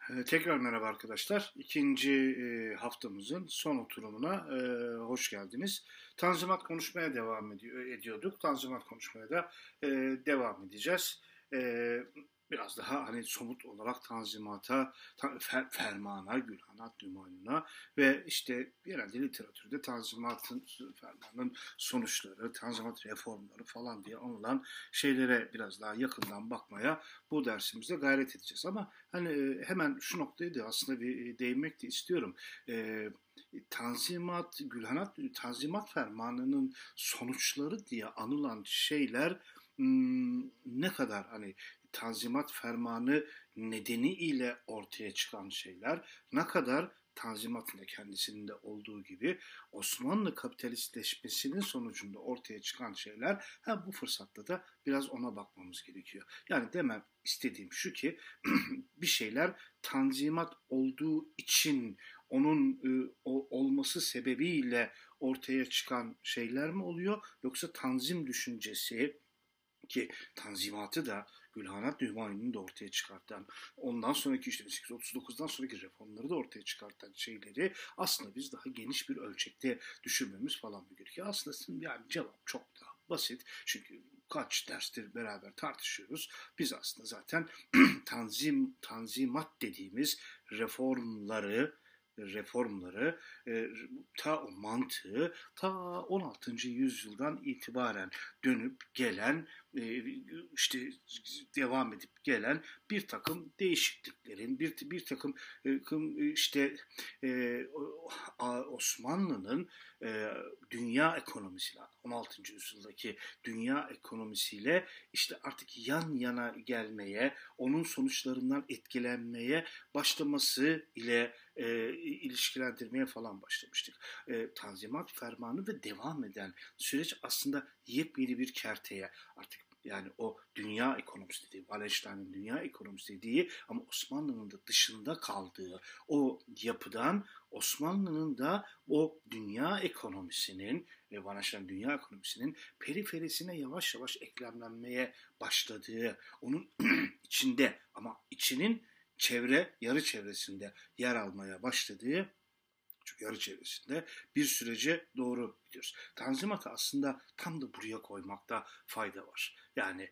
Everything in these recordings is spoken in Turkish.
Tekrar merhaba arkadaşlar. İkinci haftamızın son oturumuna hoş geldiniz. Tanzimat konuşmaya ediyorduk. Tanzimat konuşmaya da e, devam edeceğiz. E, Biraz daha hani somut olarak Tanzimat'a, Ferman'a, Gülhanat Nümayun'a ve işte genelde literatürde Ferman'ın sonuçları, Tanzimat reformları falan diye anılan şeylere biraz daha yakından bakmaya bu dersimizde gayret edeceğiz. Ama hani hemen şu noktayı da aslında bir değinmek de istiyorum. E, Tanzimat Fermanı'nın sonuçları diye anılan şeyler ne kadar hani Tanzimat Fermanı nedeniyle ortaya çıkan şeyler, ne kadar Tanzimat'ın da kendisinin de olduğu gibi Osmanlı kapitalistleşmesinin sonucunda ortaya çıkan şeyler, bu fırsatta da biraz ona bakmamız gerekiyor. Yani demem istediğim şu ki bir şeyler tanzimat olduğu için onun olması sebebiyle ortaya çıkan şeyler mi oluyor, yoksa tanzim düşüncesi ki Tanzimat'ı da Gülhanat Nümayun'un da ortaya çıkartan, ondan sonraki işte 1839'dan sonraki reformları da ortaya çıkartan şeyleri aslında biz daha geniş bir ölçekte düşünmemiz falan gerekiyor. Aslında yani cevap çok daha basit. Çünkü kaç derstir beraber tartışıyoruz. Biz aslında zaten tanzimat dediğimiz reformları ta o mantığı ta 16. yüzyıldan itibaren dönüp gelen, işte devam edip gelen bir takım değişikliklerin, bir takım işte Osmanlı'nın dünya ekonomisiyle, 16. yüzyıldaki dünya ekonomisiyle işte artık yan yana gelmeye, onun sonuçlarından etkilenmeye başlaması ile ilişkilendirmeye falan başlamıştık. Tanzimat Fermanı ve devam eden süreç aslında yepyeni bir kerteye artık, yani o dünya ekonomisi dediği, Wallenstein'in dünya ekonomisi dediği ama Osmanlı'nın da dışında kaldığı o yapıdan Osmanlı'nın da o dünya ekonomisinin ve Wallenstein dünya ekonomisinin periferisine yavaş yavaş eklemlenmeye başladığı, onun içinde ama içinin yarı çevresinde yer almaya başladığı, çünkü yarı çevresinde bir sürece doğru gidiyoruz. Tanzimat'ı aslında tam da buraya koymakta fayda var. Yani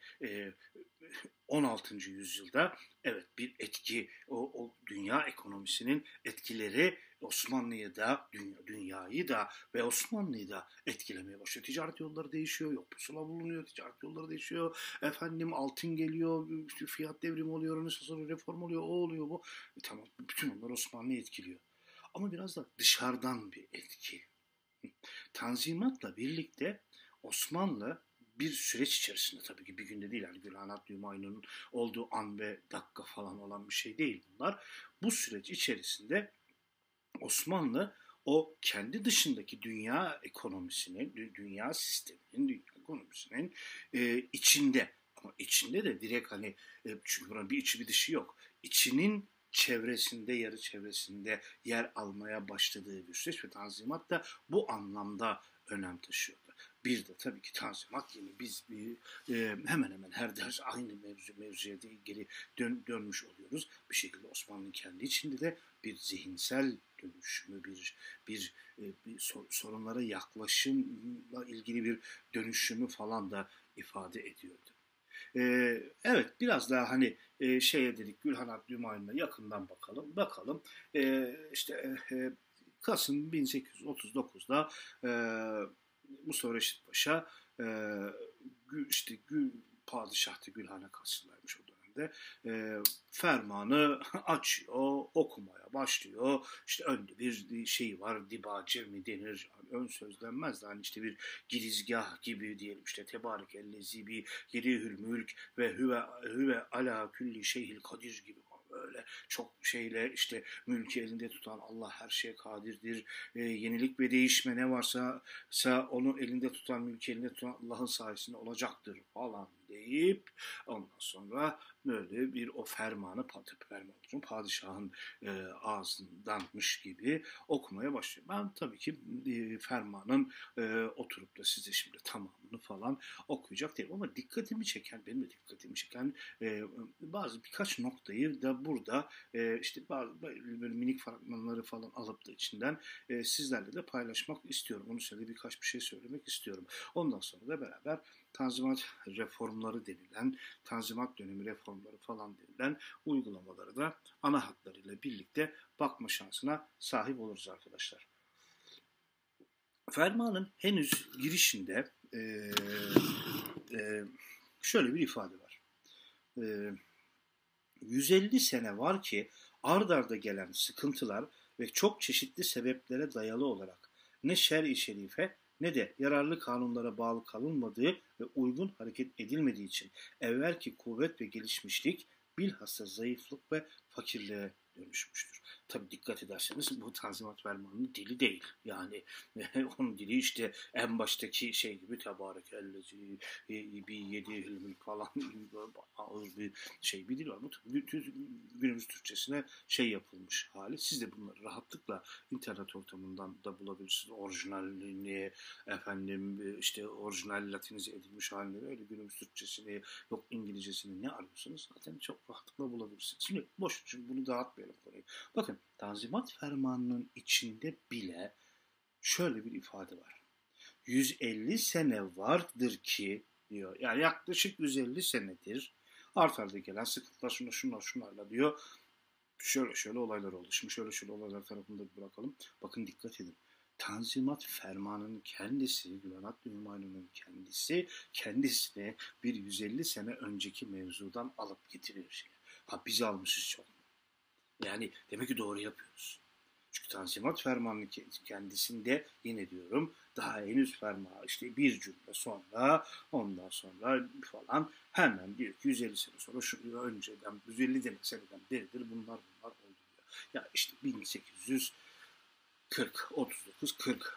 16. yüzyılda evet bir etki, o dünya ekonomisinin etkileri Osmanlı'yı da, dünyayı da ve Osmanlı'yı da etkilemeye başlıyor. Ticaret yolları değişiyor, yok pusula bulunuyor, ticaret yolları değişiyor. Efendim altın geliyor, fiyat devrimi oluyor, Rönesans reform oluyor, o oluyor, bu. Tamam, bütün onlar Osmanlı'yı etkiliyor. Ama biraz da dışarıdan bir etki. Tanzimatla birlikte Osmanlı bir süreç içerisinde, tabii ki bir günde değil, yani Gülhanat Hümayun'un olduğu an ve dakika falan olan bir şey değil bunlar. Bu süreç içerisinde Osmanlı o kendi dışındaki dünya ekonomisinin, dünya sisteminin, dünya ekonomisinin içinde, ama içinde de direkt hani, çünkü buranın bir içi bir dışı yok. İçinin çevresinde, yarı çevresinde yer almaya başladığı bir süreç ve Tanzimat da bu anlamda önem taşıyordu. Bir de tabii ki Tanzimat yine biz hemen hemen her ders aynı mevzuya de ilgili dönmüş oluyoruz. Bir şekilde Osmanlı'nın kendi içinde de bir zihinsel dönüşümü, bir sorunlara yaklaşımla ilgili bir dönüşümü falan da ifade ediyordu. Evet, biraz daha hani şeye dedik, Gülhan Abdülmayn'la yakından bakalım. İşte Kasım 1839'da e, Mustafa Reşit Paşa, işte padişah da Gülhan'a karşısındaymış o dönemde. Fermanı açıyor, okumaya başlıyor. İşte önde bir şey var, dibace mi denir? Yani ön söz denmez de hani işte bir girizgah gibi diyelim, işte tebarekellezi bi yerihül mülk ve hüve ala külli şeyhil kadir gibi, böyle çok şeyle, işte mülkü elinde tutan Allah her şeye kadirdir. Yenilik ve değişme ne varsa onu elinde tutan, mülkü elinde tutan Allah'ın sayesinde olacaktır falan deyip ondan sonra böyle bir o fermanı padişahın ağzındanmış gibi okumaya başlıyor. Ben tabii ki fermanın oturup da size şimdi tamamını falan okuyacak değilim ama benim de dikkatimi çeken birkaç noktayı da burada işte bazı böyle minik fragmanları falan alıp da içinden sizlerle de paylaşmak istiyorum. Onun üzerinde birkaç bir şey söylemek istiyorum. Ondan sonra da beraber Tanzimat reformları denilen, Tanzimat dönemi reformları falan denilen uygulamaları da ana hatlarıyla birlikte bakma şansına sahip oluruz arkadaşlar. Fermanın henüz girişinde şöyle bir ifade var. 150 sene var ki ard arda gelen sıkıntılar ve çok çeşitli sebeplere dayalı olarak ne şer-i şerife ne de yararlı kanunlara bağlı kalınmadığı ve uygun hareket edilmediği için evvelki kuvvet ve gelişmişlik bilhassa zayıflık ve fakirliğe dönüşmüştür. Tabi dikkat ederseniz bu Tanzimat Fermanı'nın dili değil. Yani onun dili işte en baştaki şey gibi tebarekellezi bir yedi ilmi falan ağır bir şey bir dil var. Bu günümüz Türkçesine şey yapılmış hali. Siz de bunları rahatlıkla internet ortamından da bulabilirsiniz. Orijinalini efendim işte orijinal latinize edilmiş halleri öyle günümüz Türkçesini yok İngilizcesini ne arıyorsanız zaten çok rahatlıkla bulabilirsiniz. Şimdi boş için bunu dağıtmayalım konuyu. Bakın Tanzimat Fermanı'nın içinde bile şöyle bir ifade var. 150 sene vardır ki diyor. Yani yaklaşık 150 senedir art arda gelen sıkıntılar şunlarla diyor. Şöyle olaylar oldu. Şimdi şöyle olaylar tarafında bırakalım. Bakın dikkat edin. Tanzimat Fermanı'nın kendisi, Güven Hattı Hümayun'un kendisine bir 150 sene önceki mevzudan alıp getiriyor şey. Ha biz almışız çok. Yani demek ki doğru yapıyoruz. Çünkü Tanzimat Fermanı'nın kendisinde yine diyorum daha henüz ferman işte bir cümle sonra ondan sonra falan hemen diyor ki 150 sene sonra şu önceden 150 seneden beridir bunlar oldu diyor. Ya işte 1840, 39, 40,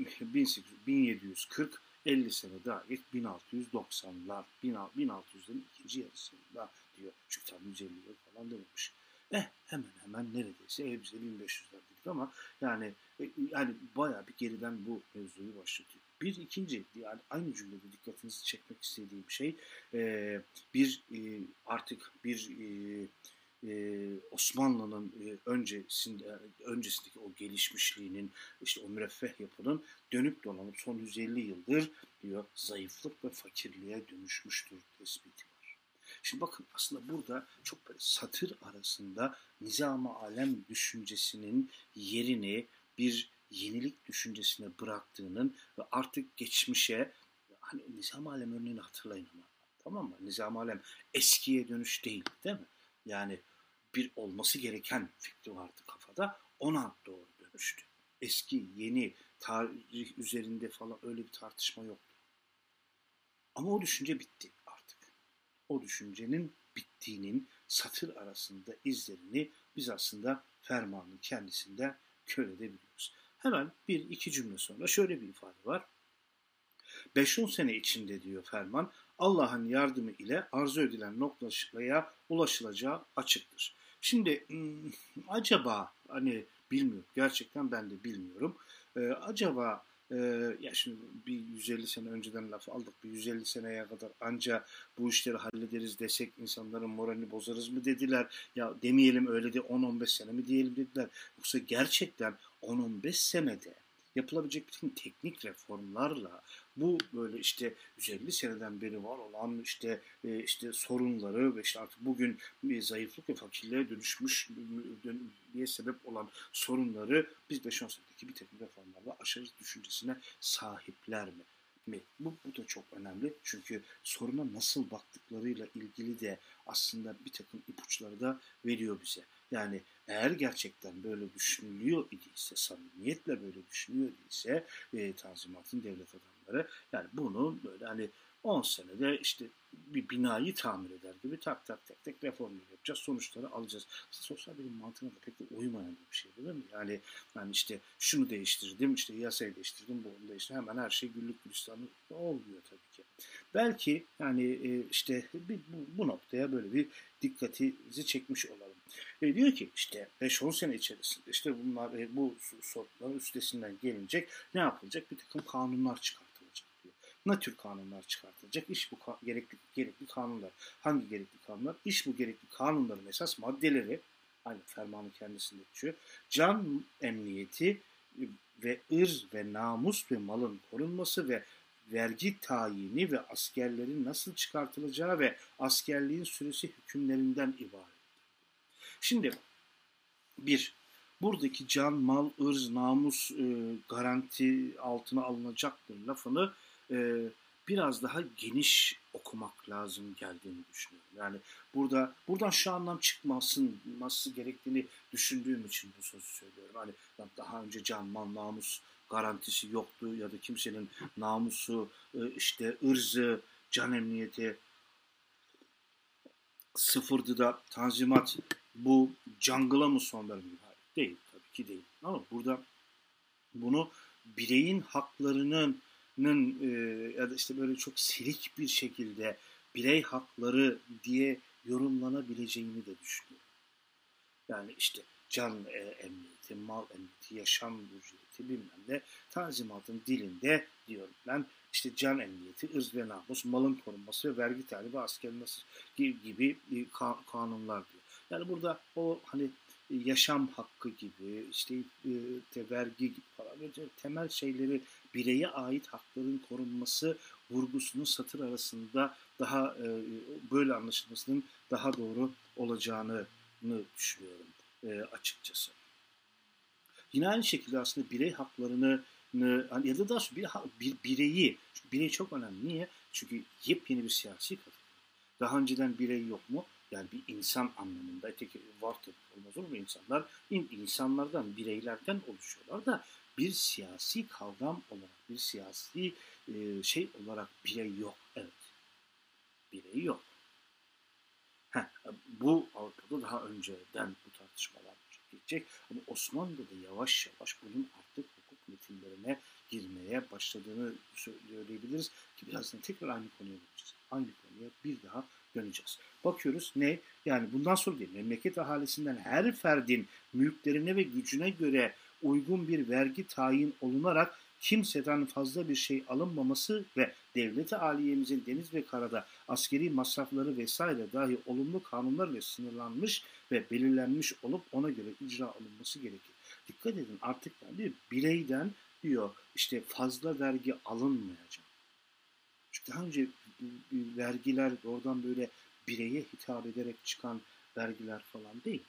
1740, 50 sene daha geç 1690'lar, 1600'lerin ikinci yarısında diyor. Çünkü tam 150 yıl falan dememiş. Hemen neredeyse bize 1500'ler dedik ama yani bayağı bir geriden bu mevzuyu başlatıyor. Bir ikinci yani aynı cümlede dikkatinizi çekmek istediğim şey artık bir Osmanlı'nın öncesindeki o gelişmişliğinin işte o müreffeh yapının dönüp dolanıp son 150 yıldır diyor zayıflık ve fakirliğe dönüşmüştür tespiti var. Şimdi bakın aslında burada çok böyle satır arasında nizam-ı alem düşüncesinin yerini bir yenilik düşüncesine bıraktığının ve artık geçmişe hani nizam-ı alem örneğini hatırlayın ama tamam mı? Nizam-ı alem eskiye dönüş değil mi? Yani bir olması gereken fikri vardı kafada. Ona doğru dönüştü. Eski, yeni, tarih üzerinde falan öyle bir tartışma yoktu. Ama o düşünce bitti artık. O düşüncenin bittiğinin satır arasında izlerini biz aslında fermanın kendisinde görebiliyoruz. Hemen bir iki cümle sonra şöyle bir ifade var. 5-10 sene içinde diyor ferman, Allah'ın yardımı ile arzu edilen noktaya ulaşılacağı açıktır. Şimdi acaba hani bilmiyorum gerçekten ben de bilmiyorum. Acaba ya şimdi bir 150 sene önceden laf aldık bir 150 seneye kadar anca bu işleri hallederiz desek insanların moralini bozarız mı dediler. Ya demeyelim öyle de 10-15 sene mi diyelim dediler. Yoksa gerçekten 10-15 senede yapılabilecek bütün teknik reformlarla bu böyle işte 150 seneden beri var olan işte sorunları ve işte artık bugün bir zayıflık ve fakirliğe diye sebep olan sorunları biz 5-10 senedeki bir takım reformlarla aşarız düşüncesine sahipler mi? Bu da çok önemli. Çünkü soruna nasıl baktıklarıyla ilgili de aslında bir takım ipuçları da veriyor bize. Yani eğer gerçekten böyle düşünülüyor idiyse, samimiyetle böyle düşünüyor idiyse Tanzimat'ın devlet adamları yani bunu böyle hani 10 senede işte bir binayı tamir eder gibi tak tak tak tak reformlar yapacağız. Sonuçları alacağız. Sosyal bilim mantığına da pek de uymayan bir şey değil mi? Yani işte şunu değiştirdim, işte yasayı değiştirdim, bunu değiştirdim. Hemen her şey güllük gülistanlık olmuyor tabii ki. Belki yani işte bu noktaya böyle bir dikkatinizi çekmiş olalım. Diyor ki işte 5-10 sene içerisinde işte bunlar bu sorunların üstesinden gelinecek, ne yapılacak? Bir takım kanunlar çıkartılacak diyor. Ne tür kanunlar çıkartılacak? İş bu gerekli kanunlar. Hangi gerekli kanunlar? İş bu gerekli kanunların esas maddeleri, aynı fermanın kendisinde geçiyor. Can emniyeti ve ırz ve namus ve malın korunması ve vergi tayini ve askerlerin nasıl çıkartılacağı ve askerliğin süresi hükümlerinden ibaret. Şimdi bir, buradaki can, mal, ırz, namus garanti altına alınacaktır lafını biraz daha geniş okumak lazım geldiğini düşünüyorum. Yani buradan şu anlam çıkması gerektiğini düşündüğüm için bu sözü söylüyorum. Hani daha önce can, mal, namus garantisi yoktu ya da kimsenin namusu, işte ırzı, can emniyeti sıfırdı da Tanzimat bu jungle'a mı son vermiyor? Hayır, değil. Tabii ki değil. Ama burada bunu bireyin haklarının ya da işte böyle çok silik bir şekilde birey hakları diye yorumlanabileceğini de düşünüyorum. Yani işte can emniyeti, mal emniyeti, yaşam ücreti bilmem ne Tanzimat'ın dilinde diyorum ben işte can emniyeti, ırz ve namus, malın korunması ve vergi talibi asker nasıl gibi kanunlar diyor. Yani burada o hani yaşam hakkı gibi işte vergi gibi falan böyle temel şeyleri bireye ait hakların korunması vurgusunun satır arasında daha böyle anlaşılmasının daha doğru olacağını düşünüyorum açıkçası. Yine aynı şekilde aslında birey haklarını hani ya da daha sonra bir bireyi, çünkü birey çok önemli. Niye? Çünkü yepyeni bir siyasi kadın. Daha önceden birey yok mu? Yani bir insan anlamında. Öteki var tabii, olmaz olur mu insanlar? İnsanlardan, bireylerden oluşuyorlar da bir siyasi kavram olarak, bir siyasi şey olarak birey yok. Evet, birey yok. Heh, bu Avrupa'da daha önceden bu tartışmalar geçecek. Ama Osmanlı'da yavaş yavaş bunun artık hukuk metinlerine girmeye başladığını söyleyebiliriz. Ki birazdan tekrar aynı konuya döneceğiz. Aynı konuya bir daha döneceğiz. Bakıyoruz ne? Yani bundan sonra değil, memleket ahalisinden her ferdin mülklerine ve gücüne göre uygun bir vergi tayin olunarak kimseden fazla bir şey alınmaması ve devleti aliyemizin deniz ve karada askeri masrafları vesaire dahi olumlu kanunlarla sınırlanmış ve belirlenmiş olup ona göre icra alınması gerekir. Dikkat edin, artık diyor bireyden diyor işte fazla vergi alınmayacak. Çünkü daha önce vergiler oradan böyle bireye hitap ederek çıkan vergiler falan değil.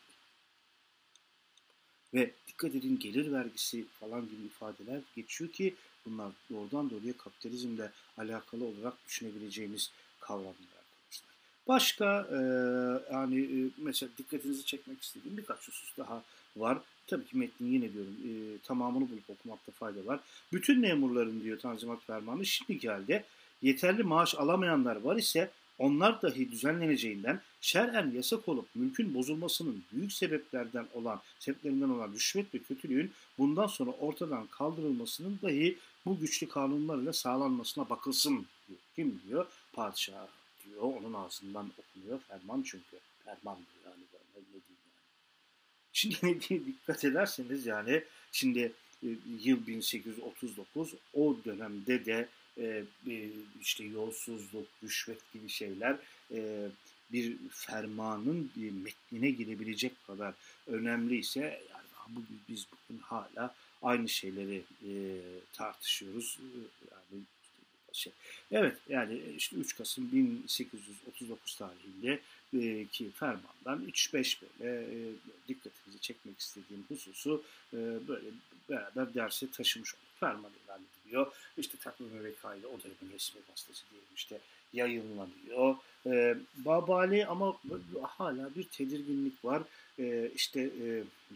Ve dikkat edin, gelir vergisi falan gibi ifadeler geçiyor ki bunlar doğrudan doğruya kapitalizmle alakalı olarak düşünebileceğimiz kavramlar arkadaşlar. Başka yani mesela dikkatinizi çekmek istediğim birkaç husus daha var. Tabii ki metnin yine diyorum tamamını bulup okumakta fayda var. Bütün memurların diyor Tanzimat Fermanı şimdiki halde yeterli maaş alamayanlar var ise onlar dahi düzenleneceğinden şer'en yasak olup mülkün bozulmasının büyük sebeplerinden olan rüşvet ve kötülüğün bundan sonra ortadan kaldırılmasının dahi bu güçlü kanunlar ile sağlanmasına bakılsın diyor. Kim diyor? Padişah diyor. Onun ağzından okunuyor. Ferman çünkü. Ferman diyor yani. Ne diyeyim yani. Şimdi dikkat ederseniz yani şimdi yıl 1839 o dönemde de işte yolsuzluk, rüşvet gibi şeyler bir fermanın bir metnine girebilecek kadar önemliyse yani biz bugün hala aynı şeyleri tartışıyoruz. Yani evet yani işte 3 Kasım 1839 tarihinde ki fermandan 3-5 böyle dikkatinizi çekmek istediğim hususu böyle beraber derse taşımış olduk. Ferman ilan ediliyor. İşte takvim-i vekayla o dönemin resmi gazetesi diyelim işte yayınlanıyor. Babali ama hala bir tedirginlik var. İşte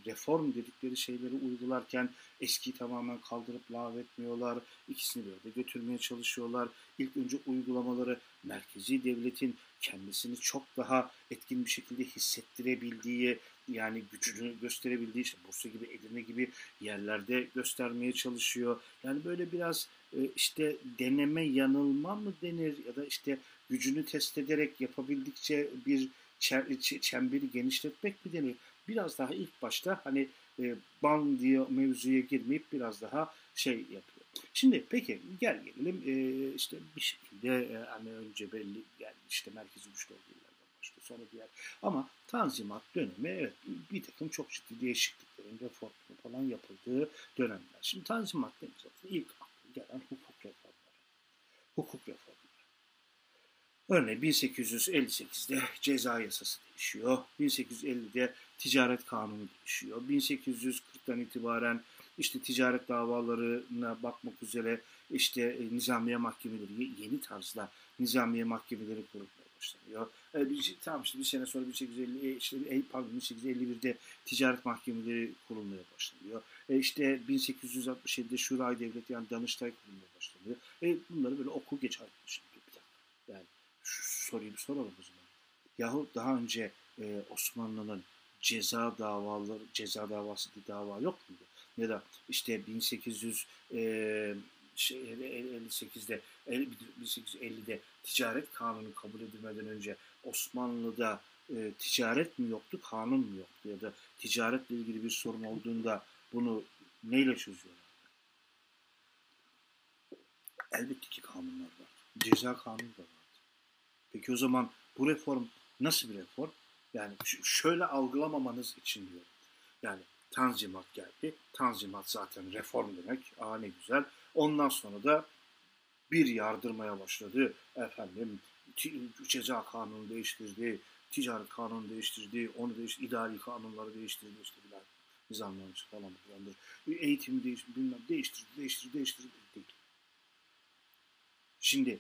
reform dedikleri şeyleri uygularken eskiyi tamamen kaldırıp lağvetmiyorlar. İkisini bir arada götürmeye çalışıyorlar. İlk önce uygulamaları merkezi devletin kendisini çok daha etkin bir şekilde hissettirebildiği, yani gücünü gösterebildiği, işte Bursa gibi, Edirne gibi yerlerde göstermeye çalışıyor. Yani böyle biraz işte deneme yanılma mı denir, ya da işte gücünü test ederek yapabildikçe bir çemberi genişletmek mi denir? Biraz daha ilk başta hani ban diye mevzuya girmeyip biraz daha şey yapıyor. Şimdi peki gel gelelim işte bir şekilde hani önce belli, yani işte merkezi güçlü olduğu yerlerden başlıyor, sonra diğer, ama Tanzimat dönemi, evet, bir takım çok ciddi değişikliklerin, reformların falan yapıldığı dönemler. Şimdi Tanzimat demek zaten ilk akla gelen hukuk reformları. Hukuk reformu. Örneğin 1858'de ceza yasası değişiyor. 1850'de ticaret kanunu değişiyor. 1840'tan itibaren işte ticaret davalarına bakmak üzere işte nizamiye mahkemeleri, yeni tarzda nizamiye mahkemeleri kurulmaya başlanıyor. Tamam, işte bir sene sonra 1850, işte pardon, 1851'de ticaret mahkemeleri kurulmaya başlanıyor. İşte 1867'de Şura-i Devlet, yani Danıştay kurulmaya başlanıyor. Bunları böyle oku geç arkadaşım. Yani şu soruyu bir soralım o zaman. Yahu daha önce Osmanlı'nın ceza davası diye dava yok muydu? Ya da işte 1858'de 1850'de ticaret kanunu kabul edilmeden önce Osmanlı'da ticaret mi yoktu, kanun mu yoktu, ya da ticaretle ilgili bir sorun olduğunda bunu neyle çözüyorlar? Elbette ki kanunlar var. Ceza kanunu da var. Peki o zaman bu reform nasıl bir reform? Yani şöyle algılamamanız için diyorum. Yani Tanzimat geldi. Tanzimat zaten reform demek. Aa, ne güzel. Ondan sonra da bir yardırmaya başladı. Efendim ceza kanunu değiştirdi. Ticaret kanunu değiştirdi. Onu değiştirdi. İdari kanunları değiştirdi. İşte bilen nizamlaması falan filandır. Eğitimi değiştirdi. Bilmem değiştirdi. Değil. Şimdi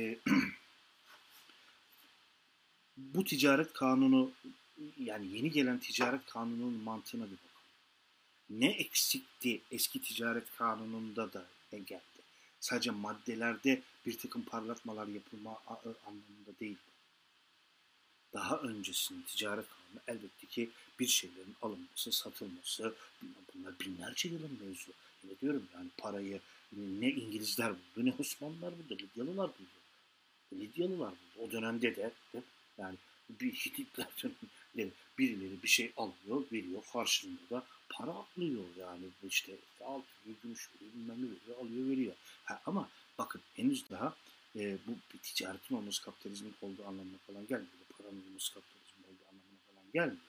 bu ticaret kanunu, yani yeni gelen ticaret kanununun mantığına bir bakalım. Ne eksikti eski ticaret kanununda da ne geldi? Sadece maddelerde bir takım parlatmalar yapılma anlamında değil. Daha öncesinin ticaret kanunu elbette ki bir şeylerin alınması, satılması, bunlar binlerce yılın mevzu. Ne diyorum, yani parayı ne İngilizler buldu, ne Osmanlılar buldu, Lidyalılar buldu. Lidyalılar buldu. O dönemde de yani bir Hititler döneminde birileri bir şey alıyor, veriyor, karşılığında da para aklıyor, yani işte altın, gümüş veriyor, bilmem ne veriyor, alıyor, veriyor. Ama bakın henüz daha bu bir ticaretin olması kapitalizmin olduğu anlamına falan gelmiyor. Paranın olması kapitalizmin olduğu anlamına falan gelmiyor.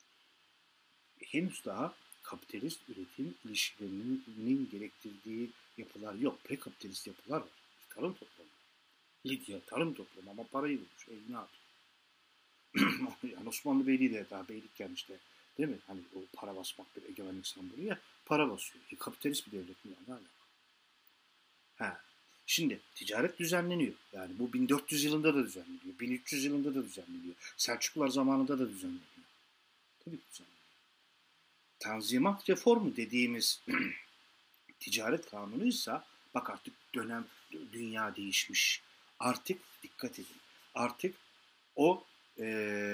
Henüz daha kapitalist üretim ilişkilerinin gerektirdiği yapılar yok. Prekapitalist yapılar var. Tarım toplamı. Lidya tarım toplamı ama parayı bulmuş. Ne yapıyor? Yani Osmanlı Beyliği de daha beylikken işte, değil mi? Hani o para basmak bir egemenlik sembolü ya, para basıyor. Kapitalist bir devlet mi yani? Ha. Şimdi ticaret düzenleniyor. Yani bu 1400 yılında da düzenleniyor. 1300 yılında da düzenleniyor. Selçuklular zamanında da düzenleniyor. Tabii ki düzenleniyor. Tanzimat reformu dediğimiz ticaret kanunuysa, bak artık dünya değişmiş. Artık dikkat edin. Artık o e,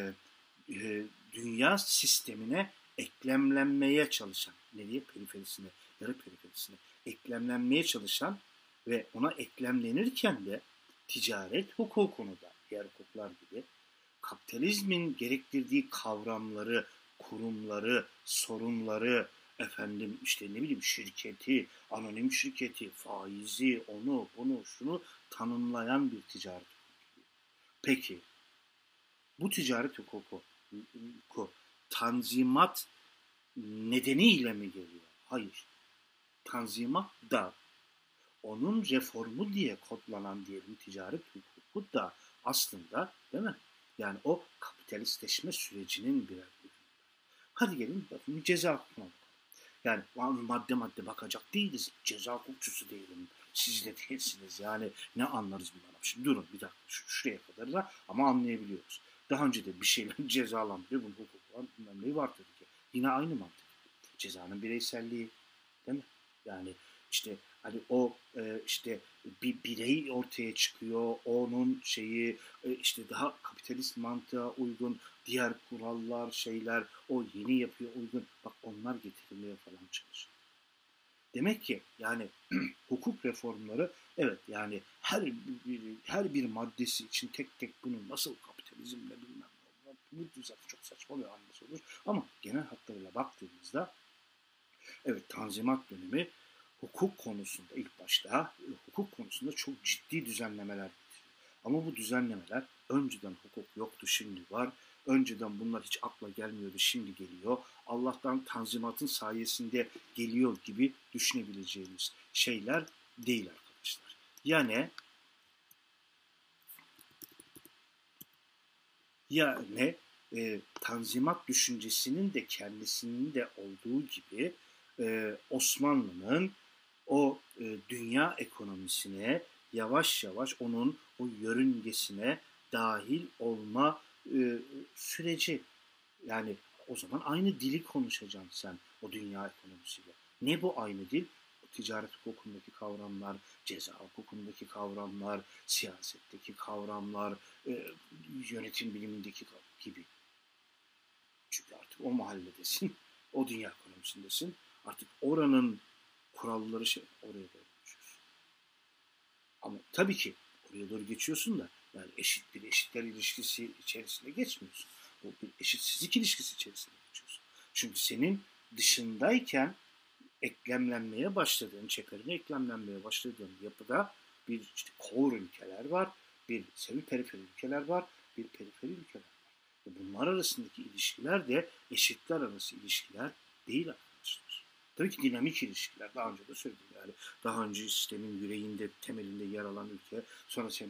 dünya sistemine eklemlenmeye çalışan, nereye, periferisine, yarı periferisine eklemlenmeye çalışan ve ona eklemlenirken de ticaret hukukunu da, diğer hukuklar gibi, kapitalizmin gerektirdiği kavramları, kurumları, sorunları, efendim işte ne bileyim şirketi, anonim şirketi, faizi, onu, bunu, şunu tanımlayan bir ticaret hukuku. Peki bu ticaret hukuku Tanzimat nedeniyle mi geliyor? Hayır. Tanzimat da, onun reformu diye kodlanan diyelim ticaret hukuku da aslında, değil mi? Yani o kapitalistleşme sürecinin birer ürünü. Hadi gelin bakın ceza hukukuna bakalım. Yani madde madde bakacak değiliz. Ceza hukukçusu değilim. Siz de değilsiniz. Yani ne anlarız bundan? Şimdi durun bir dakika. Şuraya kadar da ama anlayabiliyoruz. Daha önce de bir şeylerin cezalandırıyor. Bunun hukuku var. Bilmem neyi var tabii ki. Yine aynı mantık. Cezanın bireyselliği, değil mi? Yani işte hani o işte bir birey ortaya çıkıyor, onun şeyi işte daha kapitalist mantığa uygun diğer kurallar, şeyler, o yeni yapıya uygun, bak onlar getirilmeye falan çalışıyor. Demek ki yani hukuk reformları, evet yani her bir maddesi için tek tek bunu nasıl kapitalizmle bilmem ne, bu düzen çok saçma bir anlamda olur. Ama genel hatlarıyla baktığımızda evet, Tanzimat dönemi hukuk konusunda ilk başta hukuk konusunda çok ciddi düzenlemeler getiriyor. Ama bu düzenlemeler önceden hukuk yoktu, şimdi var. Önceden bunlar hiç akla gelmiyordu, şimdi geliyor. Allah'tan Tanzimat'ın sayesinde geliyor gibi düşünebileceğimiz şeyler değil arkadaşlar. Yani Tanzimat düşüncesinin de kendisinin de olduğu gibi Osmanlı'nın o dünya ekonomisine yavaş yavaş onun o yörüngesine dahil olma süreci. Yani o zaman aynı dili konuşacaksın sen o dünya ekonomisiyle. Ne bu aynı dil? Ticaret hukukundaki kavramlar, ceza hukukundaki kavramlar, siyasetteki kavramlar, yönetim bilimindeki gibi. Çünkü artık o mahalledesin, o dünya ekonomisindesin. Artık oranın kuralları oraya doğru geçiyorsun. Ama tabii ki oraya doğru geçiyorsun da yani eşit bir eşitler ilişkisi içerisinde geçmiyorsun. Bu bir eşitsizlik ilişkisi içerisinde geçiyorsun. Çünkü senin dışındayken eklemlenmeye başladığın, çeperine eklemlenmeye başladığın yapıda bir işte core ülkeler var, bir semi periferi ülkeler var, bir periferi ülkeler var. Bunlar arasındaki ilişkiler de eşitler arası ilişkiler değil arkadaşlar. Tabii ki dinamik ilişkiler. Daha önce de söyledim yani. Daha önce sistemin yüreğinde, temelinde yer alan ülke sonra senin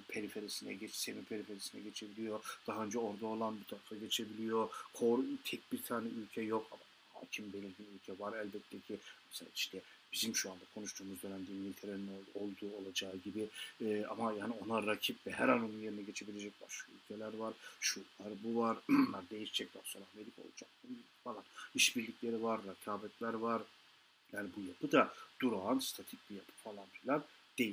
semi periferisine geçebiliyor. Daha önce orada olan bir tarafa geçebiliyor. Tek bir tane ülke yok ama hakim belirgin ülke var elbette ki. Mesela işte bizim şu anda konuştuğumuz dönemde İngiltere'nin olduğu olacağı gibi ama yani ona rakip ve her an onun yerine geçebilecek başka ülkeler var. Şu var, bu var. Bunlar değişecekler. Sonra Amerika olacak falan. İşbirlikleri var, rekabetler var. Yani bu yapı da durağan, statik bir yapı falan filan değil.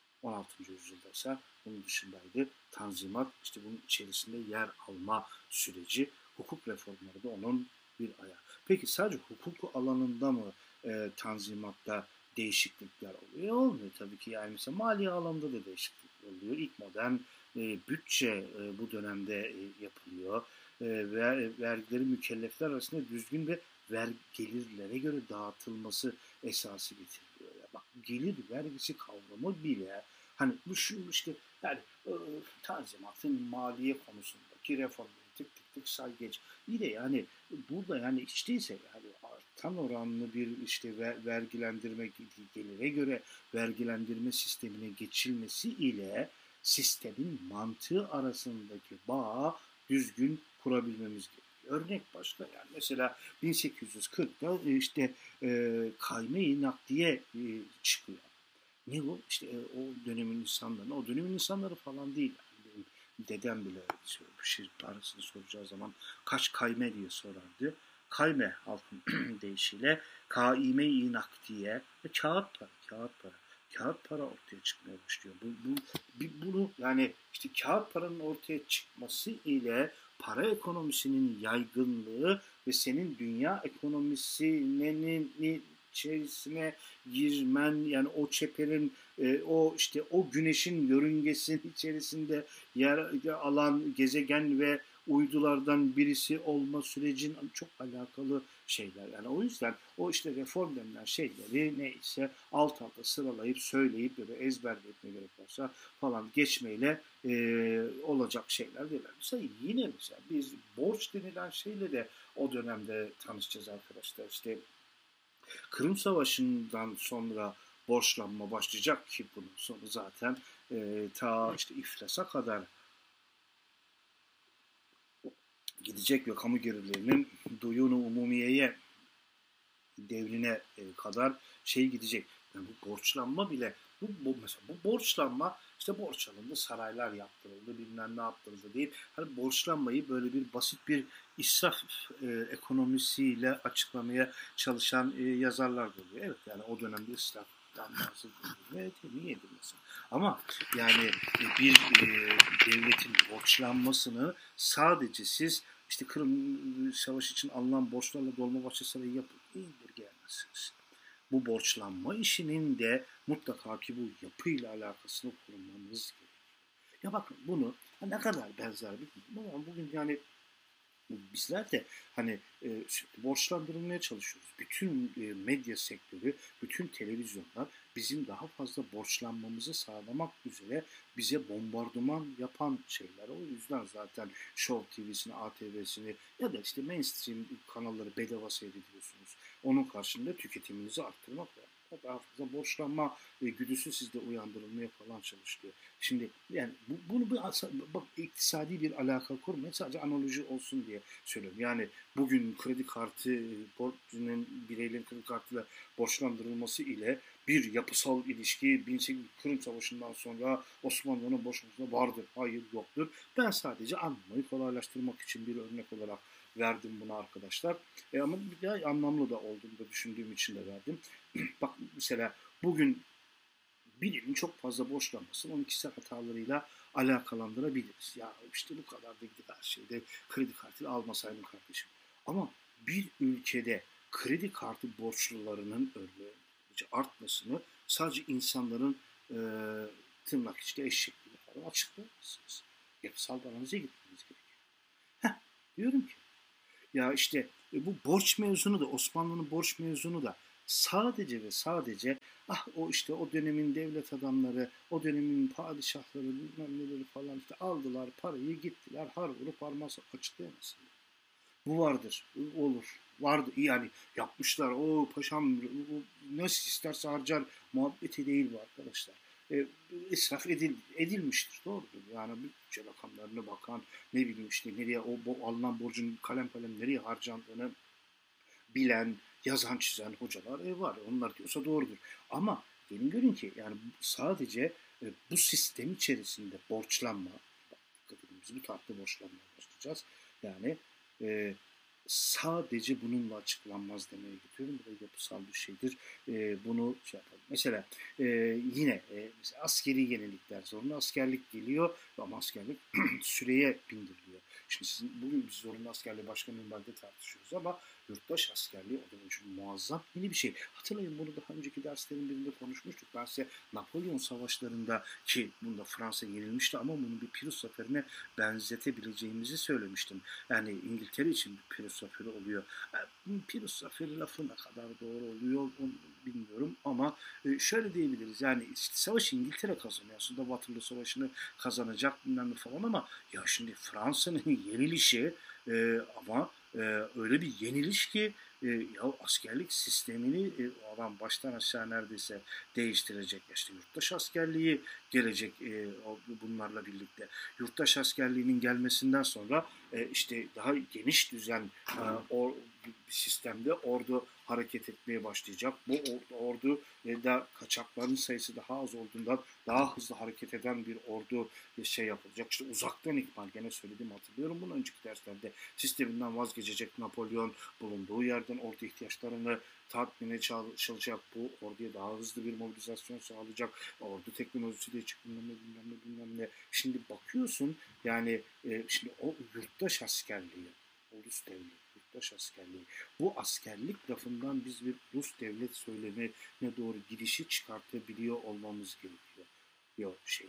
16. yüzyılda ise bunun dışındaydı. Tanzimat işte bunun içerisinde yer alma süreci, hukuk reformları da onun bir ayağı. Peki sadece hukuk alanında mı Tanzimat'ta değişiklikler oluyor? Olmuyor tabii ki. Yani mesela mali alanda da değişiklik oluyor. İlk modern bütçe bu dönemde yapılıyor. Vergileri mükellefler arasında düzgün ve gelirlere göre dağıtılması esası getiriliyor. Ya bak, gelir vergisi kavramı bile hani bu şu işte yani Tanzimat'ın maliye konusundaki reformları tık tık tık say geç. İyi de yani burada yani hiç değilse yani artan oranlı bir işte vergilendirme, gelire göre vergilendirme sistemine geçilmesi ile sistemin mantığı arasındaki bağı düzgün kurabilmemiz gerekiyor. Örnek başka yani mesela 1840'da işte kayme-i nakdiye çıkıyor. Ne bu? İşte o dönemin insanları, o dönemin insanları falan değil. Yani benim dedem bile parasını soracağı zaman kaç kayme diye sorardı. Kayme halkın deyişiyle kaime-i nakdiye ve kağıt para, kağıt para. Kağıt para ortaya çıkmaya başlıyor. Bunu yani işte kağıt paranın ortaya çıkması ile para ekonomisinin yaygınlığı ve senin dünya ekonomisinin içerisine girmen yani o çeperin o işte o güneşin yörüngesinin içerisinde yer alan gezegen ve uydulardan birisi olma sürecin çok alakalı şeyler. Yani o yüzden o işte reform denilen şeyleri neyse alt alta sıralayıp söyleyip ya da ezberleyip ne gerek varsa falan geçmeyle olacak şeyler değil. Mesela yine mesela biz borç denilen şeyle de o dönemde tanışacağız arkadaşlar. İşte Kırım Savaşı'ndan sonra borçlanma başlayacak ki bunun sonu zaten ta işte iflasa kadar gidecek ve kamu gelirlerinin duyunu umumiyeye devrine kadar gidecek. Yani bu borçlanma bile mesela bu borçlanma İşte borç alındı, saraylar yaptırıldı, bilmem ne yaptırıldı deyip hani borçlanmayı böyle bir basit bir israf ekonomisiyle açıklamaya çalışan yazarlar da oluyor. Evet yani o dönemde israftan bahsediyoruz. Evet niye edilmesin? Ama yani bir devletin borçlanmasını sadece siz işte Kırım Savaşı için alınan borçlarla Dolmabahçe Sarayı yapıp indirgeyemezsiniz. Bu borçlanma işinin de mutlaka ki bu yapıyla alakasını kurmamız gerekiyor. Ya bakın bunu ne kadar benzer bilmiyorum ama bugün yani bizler de hani borçlandırılmaya çalışıyoruz. Bütün medya sektörü, bütün televizyonlar bizim daha fazla borçlanmamızı sağlamak üzere bize bombardıman yapan şeyler. O yüzden zaten Show TV'sini, ATV'sini ya da işte mainstream kanalları bedava seyrediyorsunuz. Onun karşılığında tüketiminizi arttırmak var. Daha fazla borçlanma güdüsü sizde uyandırılmaya falan çalışılıyor. Şimdi yani bunu bir bak, iktisadi bir alaka kurmayın. Sadece analoji olsun diye söylüyorum. Yani bugün kredi kartı bireylerin kredi kartıyla borçlandırılması ile bir yapısal ilişki 1800 Kırım Savaşı'ndan sonra Osmanlı'nın borçlanmasında vardır. Hayır yoktur. Ben sadece anlamayı kolaylaştırmak için bir örnek olarak verdim bunu arkadaşlar. Ama bir de anlamlı da olduğunu da düşündüğüm için de verdim. Bak mesela bugün birinin çok fazla borçlanmasını onun kişisel hatalarıyla alakalandırabiliriz. Ya işte bu kadar da gidip her şeyde kredi kartıyla almasaydın kardeşim. Ama bir ülkede kredi kartı borçlularının artmasını sadece insanların e, tırnak içinde eşekliği falan açıklayamazsınız. Yapısal analize gitmeniz gerekiyor. Heh, diyorum ki ya işte bu borç mevzunu da Osmanlı'nın borç mevzunu da sadece ve sadece o işte o dönemin devlet adamları, o dönemin padişahları bilmem neleri falan işte aldılar parayı gittiler har vurup parmağı açıklayamazsın. Bu vardır, olur. Vardı yani yapmışlar. O paşam nasıl isterse harcar muhabbeti değil bu arkadaşlar. İsraf edilmiştir. Doğrudur. Yani bütçe rakamlarına bakan ne bileyim işte nereye o alınan borcun kalem kalem nereye harcandığını bilen, yazan çizen hocalar var. Onlar diyorsa doğrudur. Ama gelin görün ki yani sadece bu sistem içerisinde borçlanma, dikkat edin biz bu tarihte borçlanmaya başlayacağız. Yani e, sadece bununla açıklanmaz demeye getiriyorum. Bu da yapısal bir şeydir. Bunu şey yapalım. Mesela yine mesela askeri yenilikler zorunlu askerlik geliyor ama askerlik süreye bindiriliyor. Şimdi bugün biz zorunlu askerliği başka minvalde tartışıyoruz ama yurttaş askerliği o da için muazzam yeni bir şey. Hatırlayın bunu daha önceki derslerin birinde konuşmuştuk. Ben size Napolyon savaşlarında ki bunda Fransa yenilmişti ama bunu bir Pirus zaferine benzetebileceğimizi söylemiştim. Yani İngiltere için bir Pirus zaferi oluyor. Pirus zaferi lafı ne kadar doğru oluyor onu bilmiyorum ama şöyle diyebiliriz. Yani işte savaşı İngiltere kazanıyor. Aslında Waterloo Savaşı'nı kazanacak bilmem falan ama ya şimdi Fransa'nın yenilişi ama öyle bir yeniliş ki ya askerlik sistemini adam baştan aşağı neredeyse değiştirecek. İşte yurttaş askerliği gelecek bunlarla birlikte. Yurttaş askerliğinin gelmesinden sonra işte daha geniş düzen bir sistemde ordu hareket etmeye başlayacak. Bu ordu da kaçakların sayısı daha az olduğundan daha hızlı hareket eden bir ordu şey yapılacak. İşte uzaktan ikmal gene söylediğimi hatırlıyorum. Bunun önceki derslerde sisteminden vazgeçecek Napolyon bulunduğu yerden ordu ihtiyaçlarını tatmine çalışacak. Bu orduya daha hızlı bir mobilizasyon sağlayacak. Ordu teknolojisi de çık bilmem ne. Şimdi bakıyorsun yani şimdi o yurttaş askerliği, ulus devlet, yurttaş askerliği. Bu askerlik lafından biz bir ulus devlet söylemine doğru gidişi çıkartabiliyor olmamız gerekiyor. Yok şey.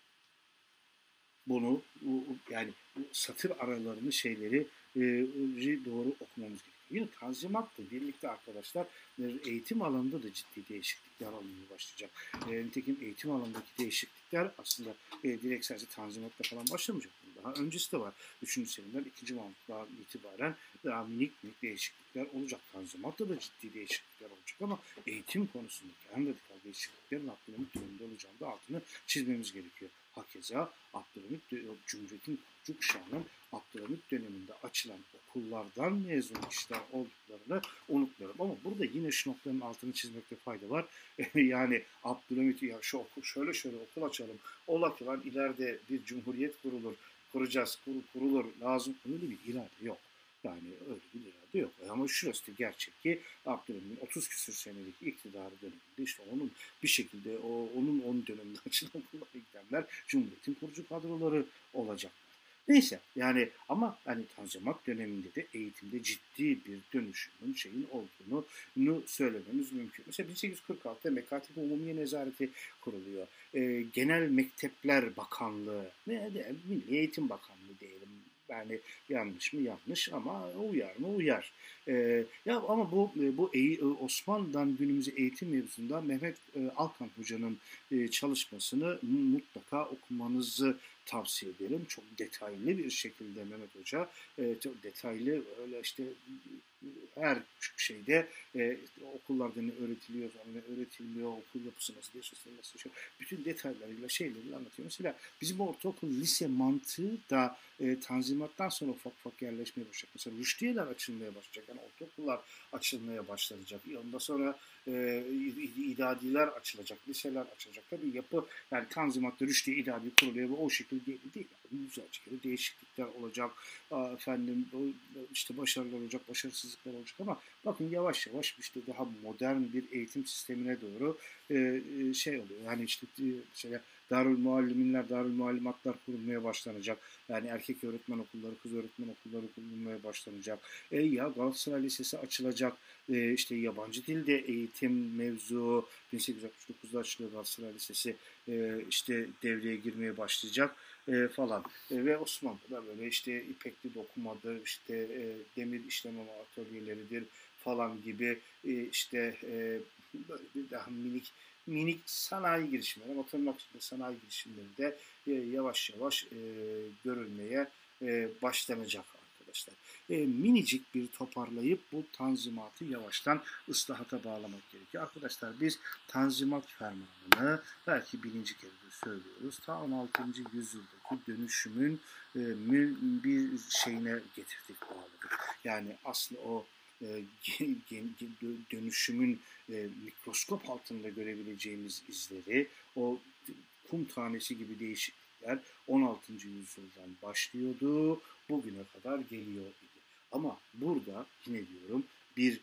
Bunu yani bu satır aralarını şeyleri doğru okumamız gerekiyor. Yine Tanzimat'la birlikte arkadaşlar eğitim alanında da ciddi değişiklikler alınmaya başlayacak. Nitekim eğitim alanındaki değişiklikler aslında direkt sadece Tanzimat'la falan başlamayacak. Daha öncesi de var. 3. seneden 2. Mahmut'tan itibaren daha minik minik değişiklikler olacak. Tanzimat'ta da ciddi değişiklikler olacak ama eğitim konusundaki en radikal değişikliklerin Abdülhamit döneminde olacağını da altını çizmemiz gerekiyor. Hakeza Abdülhamit Cumhuriyet'in kurucu kuşağının Abdülhamit döneminde açılan okullardan mezun kişiler olduklarını unutmayalım. Ama burada yine şu noktanın altını çizmekte fayda var. Yani Abdülhamit ya şu okul şöyle şöyle okul açalım. Ola ki lan ileride bir cumhuriyet kuracağız, kurulur lazım. Öyle bir irade yok. Yani öyle bir irade yok. Ama şurası da gerçek ki Abdülhamit'in 30 küsür senelik iktidarı döneminde işte onun bir şekilde onun döneminde açılan okullara gidenler Cumhuriyet'in kurucu kadroları olacak. Neyse yani ama hani Tanzimat döneminde de eğitimde ciddi bir dönüşümün olduğunu söylememiz mümkün. Mesela 1846'da Mekatip Umumiye Nezareti kuruluyor. Genel Mektepler Bakanlığı, Milli Eğitim Bakanlığı diyelim. Yani yanlış mı yanlış ama uyar mı uyar. Ya ama bu Osmanlı'dan günümüze eğitim mevzusunda Mehmet Alkan Hoca'nın çalışmasını mutlaka okumanızı tavsiye ederim. Çok detaylı bir şekilde Mehmet Hoca, çok detaylı öyle işte her şeyde okullarda ne öğretiliyor, ne öğretilmiyor, okul yapısı nasıl değişiyor, nasıl şey, bütün detaylarıyla şeyleri anlatıyor. Mesela bizim ortaokul, lise mantığı da Tanzimat'tan sonra ufak ufak yerleşmeye başlayacak. Mesela rüştiyeler açılmaya başlayacak. Yani ortaokullar açılmaya başlanacak. Ondan sonra idadiler açılacak, liseler açılacak. Tabii yapı yani Tanzimat'ta rüştiye idadi kuruluyor ve o şekilde değil. Yani güzel değişiklikler olacak. Efendim işte başarılar olacak, başarısızlıklar olacak ama bakın yavaş yavaş işte daha modern bir eğitim sistemine doğru şey oluyor. Yani işte mesela Darül Mualliminler, Darül Muallimatlar kurulmaya başlanacak. Yani erkek öğretmen okulları, kız öğretmen okulları kurulmaya başlanacak. Ya Galatasaray Lisesi açılacak. İşte yabancı dilde eğitim mevzu 1869'da açılıyor Galatasaray Lisesi. İşte devreye girmeye başlayacak falan. Ve Osmanlı'da böyle işte ipekli dokumadır, işte demir işleme atölyeleridir falan gibi işte böyle bir daha minik sanayi girişimleri ama tırnak içinde sanayi girişimleri de yavaş yavaş görülmeye başlanacak arkadaşlar. Minicik bir toparlayıp bu tanzimatı yavaştan ıslahata bağlamak gerekiyor. Arkadaşlar biz Tanzimat Fermanı'nı belki birinci kere de söylüyoruz. Ta 16. yüzyıldaki dönüşümün bir şeyine getirdik, bağladık. Yani aslında o dönüşümün mikroskop altında görebileceğimiz izleri, o kum tanesi gibi değişiklikler 16. yüzyıldan başlıyordu, bugüne kadar geliyor idi. Ama burada yine diyorum bir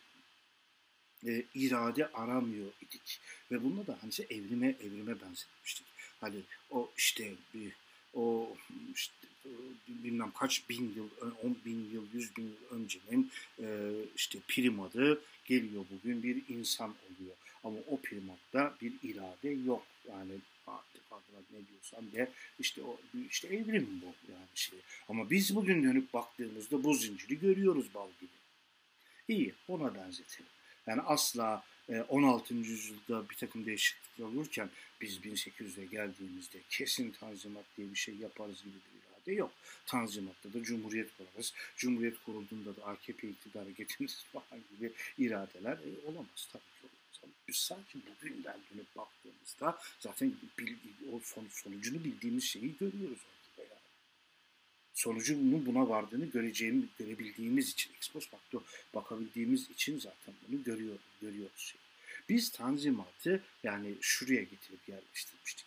irade aramıyor idik ve bunda da hani evrime benzetmiştik. Hani o işte o işte bilmem kaç bin yıl, 10 bin yıl, 100 bin yıl öncenin işte primadı geliyor bugün bir insan oluyor. Ama o primatta bir irade yok. Yani artık adına ne diyorsan de işte o işte evrim bu yani şey. Ama biz bugün dönüp baktığımızda bu zinciri görüyoruz bal gibi. İyi, ona benzetelim. Yani asla 16. yüzyılda bir takım değişiklikler olurken biz 1800'e geldiğimizde kesin Tanzimat diye bir şey yaparız gibi bir irade yok. Tanzimat'ta da Cumhuriyet kurarız. Cumhuriyet kurulduğunda da AKP iktidara getiririz falan gibi iradeler olamaz tabii ki olamaz. Biz sadece bugünden dönüp baktığımızda zaten o sonucunu bildiğimiz şeyi görüyoruz ortada yani. Sonucunun buna vardığını görebildiğimiz için, ex post facto bakabildiğimiz için zaten bunu görüyoruz. Biz Tanzimat'ı yani şuraya getirip yerleştirmiştik.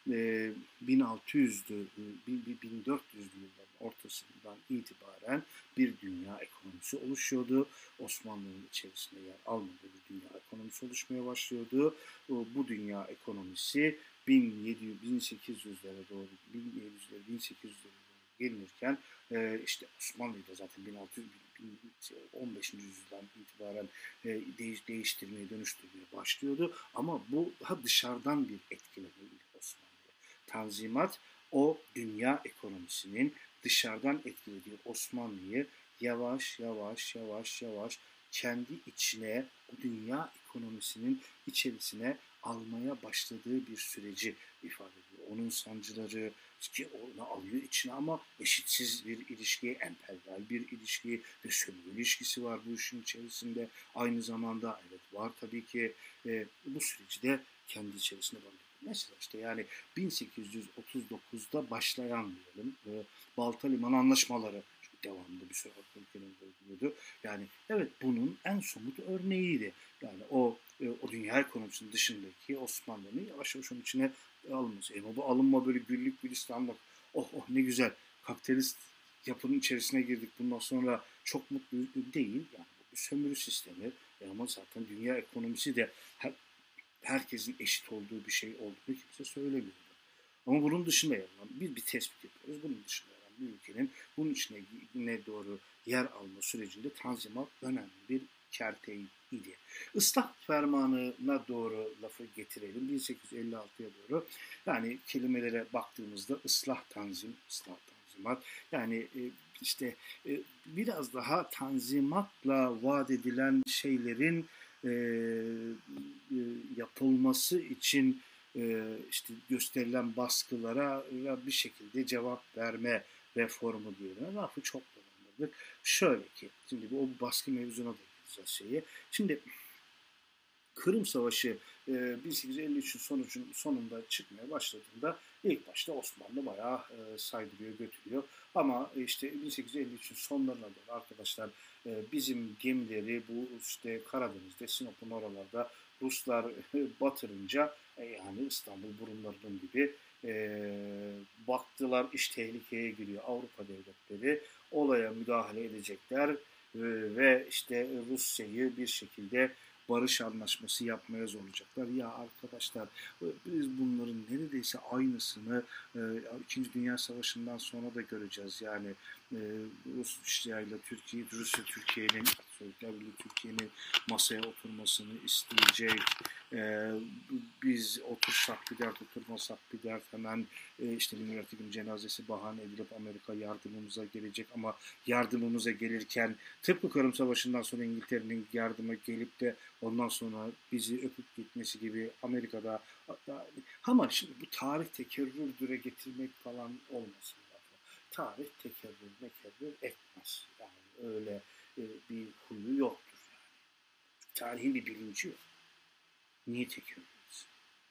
1600'lü, 1400'lü yılların ortasından itibaren bir dünya ekonomisi oluşuyordu. Osmanlı'nın içerisinde yer almadığı bir dünya ekonomisi oluşmaya başlıyordu. Bu dünya ekonomisi 1800'lere doğru, 1800'lere gelinirken işte Osmanlı'da zaten 1600 15. yüzyıldan itibaren değiştirmeye, dönüştürmeye başlıyordu. Ama bu daha dışarıdan bir etkilemeydi Osmanlı'ya. Tanzimat o dünya ekonomisinin dışarıdan etkilediği Osmanlı'yı yavaş yavaş kendi içine, o dünya ekonomisinin içerisine almaya başladığı bir süreci ifade ediyor. Onun sancıları ki onu alıyor içine ama eşitsiz bir ilişki, emperyal bir ilişki ve sömürü ilişkisi var bu işin içerisinde. Aynı zamanda evet var tabii ki bu süreci de kendi içerisinde barındırıyor. Mesela işte yani 1839'da başlayan diyelim Balta Limanı Anlaşmaları. devamında bir sürü Avrupa ülkelerinde uyguluyordu. Yani evet, bunun en somut örneğiydi. Yani o dünya ekonomisinin dışındaki Osmanlı'nın yavaş yavaş onun içine alınması. Ama bu alınma böyle güllük gülistanlık, oh oh ne güzel kapitalist yapının içerisine girdik, bundan sonra çok mutlu değil. Yani bu bir sömürü sistemi. Ama zaten dünya ekonomisi de herkesin eşit olduğu bir şey olduğunu kimse söylemiyordu. Ama bunun dışında yer alan bir tespit yapıyoruz. Bunun dışında yer alan bir ülkenin bunun içine doğru yer alma sürecinde Tanzimat önemli bir kerteydi. Islah fermanına doğru lafı getirelim. 1856'ya doğru. Yani kelimelere baktığımızda ıslah tanzimat. Yani işte biraz daha tanzimatla vaat edilen şeylerin e, yapılması için işte gösterilen baskılara bir şekilde cevap verme reformu diyorlar. Lafı çok dolandırdık. Şöyle ki, şimdi o baskı mevzuna da gireceğiz şeye. Şimdi Kırım Savaşı 1853'ün sonunda çıkmaya başladığında ilk başta Osmanlı bayağı saydırıyor, götürüyor. Ama işte 1853'ün sonlarına doğru arkadaşlar bizim gemileri bu işte Karadeniz'de, Sinop'un oralarda Ruslar batırınca yani İstanbul burunlarının gibi baktılar iş tehlikeye giriyor. Avrupa devletleri olaya müdahale edecekler ve işte Rusya'yı bir şekilde barış anlaşması yapmaya zorlayacaklar. Ya arkadaşlar, biz bunların neredeyse aynısını İkinci Dünya Savaşı'ndan sonra da göreceğiz. Yani Rusya ile Türkiye'nin Türkiye'nin masaya oturmasını isteyecek. Biz otursak bir dert, oturmasak bir dert, hemen işte Milletvekilinin cenazesi bahane edilip Amerika yardımımıza gelecek, ama yardımımıza gelirken tıpkı Kırım Savaşı'ndan sonra İngiltere'nin yardıma gelip de ondan sonra bizi öpüp gitmesi gibi Amerika'da, ama şimdi bu tarih tekerrürdüre getirmek falan olmasın. Tarih tekerrür etmez. Yani öyle bir huyu yoktur. Yani. Tarihin bir bilinci yok. Niye tekerrür etsin?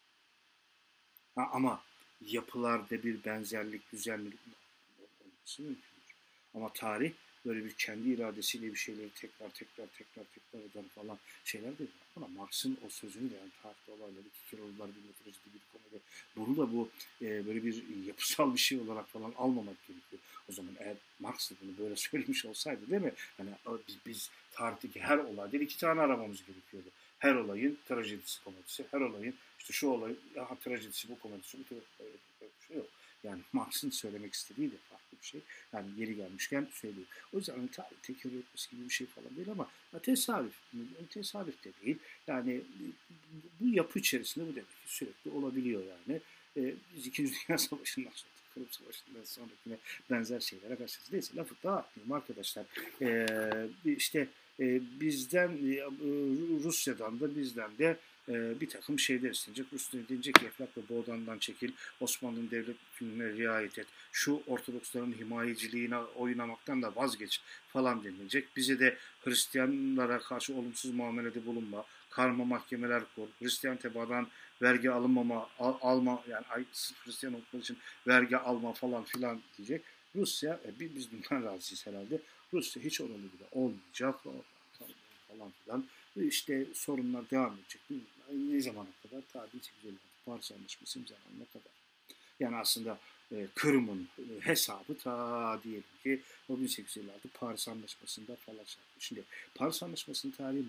Ama yapılarda bir benzerlik, düzenlilik olması mümkündür. Ama tarih böyle bir kendi iradesiyle bir şeyleri tekrar eden falan şeyler değil. Ama Marx'ın o sözünü de, yani tarihte olayları iki kere oldular bir metrajda bir konuda, bunu da bu böyle bir yapısal bir şey olarak falan almamak gerekiyor. O zaman eğer Marx da bunu böyle söylemiş olsaydı, değil mi? Hani biz tarihteki her olaydan iki tane aramamız gerekiyordu. Her olayın trajedisi, komedisi, her olayın işte şu olayın trajedisi, bu komedisi, bu bir şey yok. Yani Marx'ın söylemek istediği de farklı bir şey. Yani yeri gelmişken söylüyor. O yüzden hani tarih tekerrür etmesi gibi bir şey falan değil, ama tesadüf de değil. Yani bu yapı içerisinde bu demek ki sürekli olabiliyor yani. Biz İkinci Dünya Savaşı'ndan sonra, Kırım Savaşı'ndan sonrakine benzer şeylere karşıyız. Neyse, lafı dağıtmayayım arkadaşlar. İşte bizden, Rusya'dan da bizden de bir takım şeyler istenecek. Rusya diyecek ki Eflak ve Boğdan'dan çekil, Osmanlı'nın devlet hükmüne riayet et, şu Ortodoksların himayeciliğine oynamaktan da vazgeç falan denilecek. Bize de Hristiyanlara karşı olumsuz muamelede bulunma, karma mahkemeler kur, Hristiyan tebaadan vergi alma, yani sırf Hristiyan olduğu için vergi alma falan filan diyecek. Rusya, biz bundan razıyız herhalde. Rusya hiç oralı bile olmayacak falan filan. İşte sorunlar devam edecek. Ne zamana kadar? Ta 1856 Paris Anlaşması imzalanana kadar. Yani aslında Kırım'ın hesabı ta diyelim ki o 1856 Paris Anlaşması'nda falan çarptı. Şimdi Paris Anlaşması'nın tarihi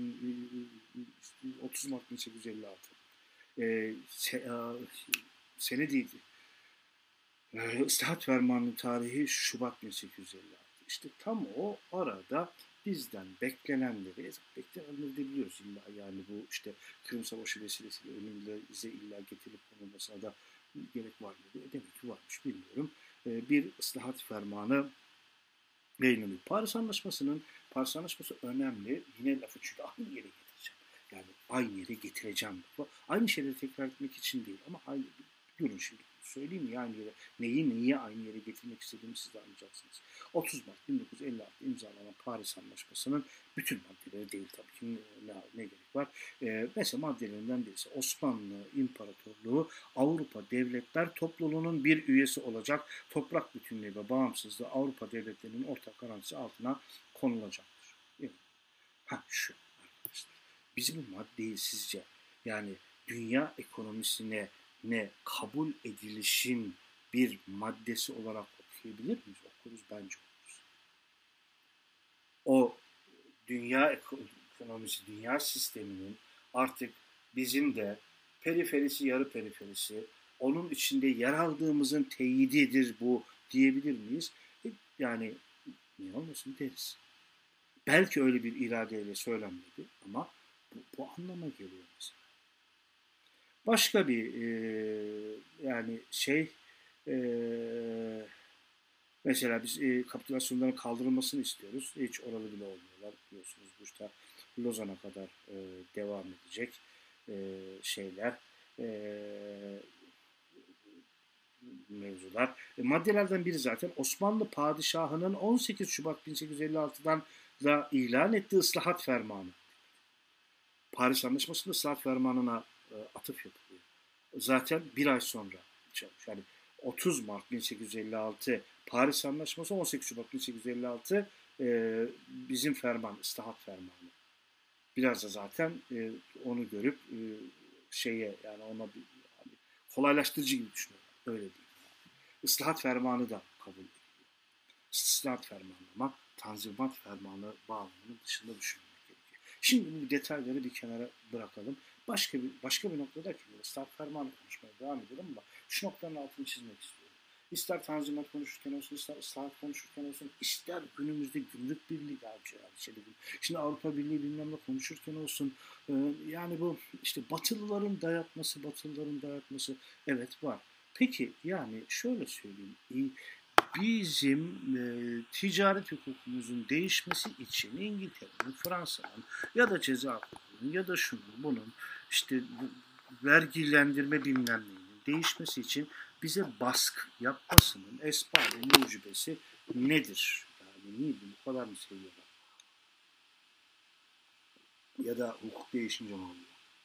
30 Mart 1856. Sene değildi. Islahat Fermanı'nın tarihi Şubat 1856. İşte tam o arada bizden beklenenleri de biliyoruz illa, yani bu işte Kırım Savaşı vesilesiyle önümüze illa getirip konulmasına da gerek var mı? Demek ki varmış, bilmiyorum. Bir ıslahat fermanı yayınlanıyor. Paris Anlaşması önemli. Yine lafı çünkü aynı yere getireceğim. Yani aynı yere getireceğim lafı. Aynı şeyleri tekrar etmek için değil, ama aynı, durun şimdi söyleyeyim mi, aynı yere neyi aynı yere getirmek istediğimi siz de anlayacaksınız. 30 Mart 1956 imzalanan Paris Anlaşması'nın bütün maddeleri değil tabii ki, ne gerek var. Mesela maddelerinden birisi Osmanlı İmparatorluğu Avrupa Devletler Topluluğu'nun bir üyesi olacak. Toprak bütünlüğü ve bağımsızlığı Avrupa devletlerinin ortak garantisi altına konulacaktır. Şu arkadaşlar. Biz bu maddeyi sizce yani dünya ekonomisine ne kabul edilişin bir maddesi olarak okuyabilir miyiz? Okuruz, bence okuruz. O dünya ekonomisi, dünya sisteminin artık bizim de periferisi, yarı periferisi, onun içinde yer aldığımızın teyididir bu diyebilir miyiz? Yani niye olmasın deriz. Belki öyle bir iradeyle söylenmedi ama bu anlama geliyor mesela. Başka bir yani e, mesela biz kapitülasyonların kaldırılmasını istiyoruz. Hiç oralı bile olmuyorlar biliyorsunuz. Bu işte Lozan'a kadar devam edecek şeyler, e, mevzular. Maddelerden biri zaten Osmanlı Padişahı'nın 18 Şubat 1856'dan da ilan ettiği ıslahat fermanı. Paris Anlaşması'nda ıslahat fermanına atıf yapılıyor. Zaten bir ay sonra yani 30 Mart 1856 Paris Anlaşması, 18 Şubat 1856 bizim ferman, ıslahat fermanı. Biraz da zaten onu görüp yani ona bir yani kolaylaştırıcı gibi düşünüyorlar. Öyle değil. Islahat fermanı da kabul ediliyor. İstisnat fermanı ama tanzimat fermanı bağlamının dışında düşünmek gerekiyor. Şimdi bu detayları bir kenara bırakalım. Başka bir noktada ki ıslahat fermanı konuşmaya devam edelim ama şu noktanın altını çizmek istiyorum. İster tanzimat konuşurken olsun, ister ıslahat konuşurken olsun, ister günümüzde gümrük birliği şimdi Avrupa Birliği bilmem ne konuşurken olsun, yani bu işte Batılıların dayatması evet var. Peki yani şöyle söyleyeyim, bizim ticaret hukukumuzun değişmesi için İngiltere'nin, Fransa'nın ya da ceza hukukunun ya da şunun bunun işte vergilendirme bilmem neyinin değişmesi için bize baskı yapmasının esbabı mucibesi nedir? Yani niye bu kadar mı seviyorlar? Ya da hukuk değişince mi oluyor?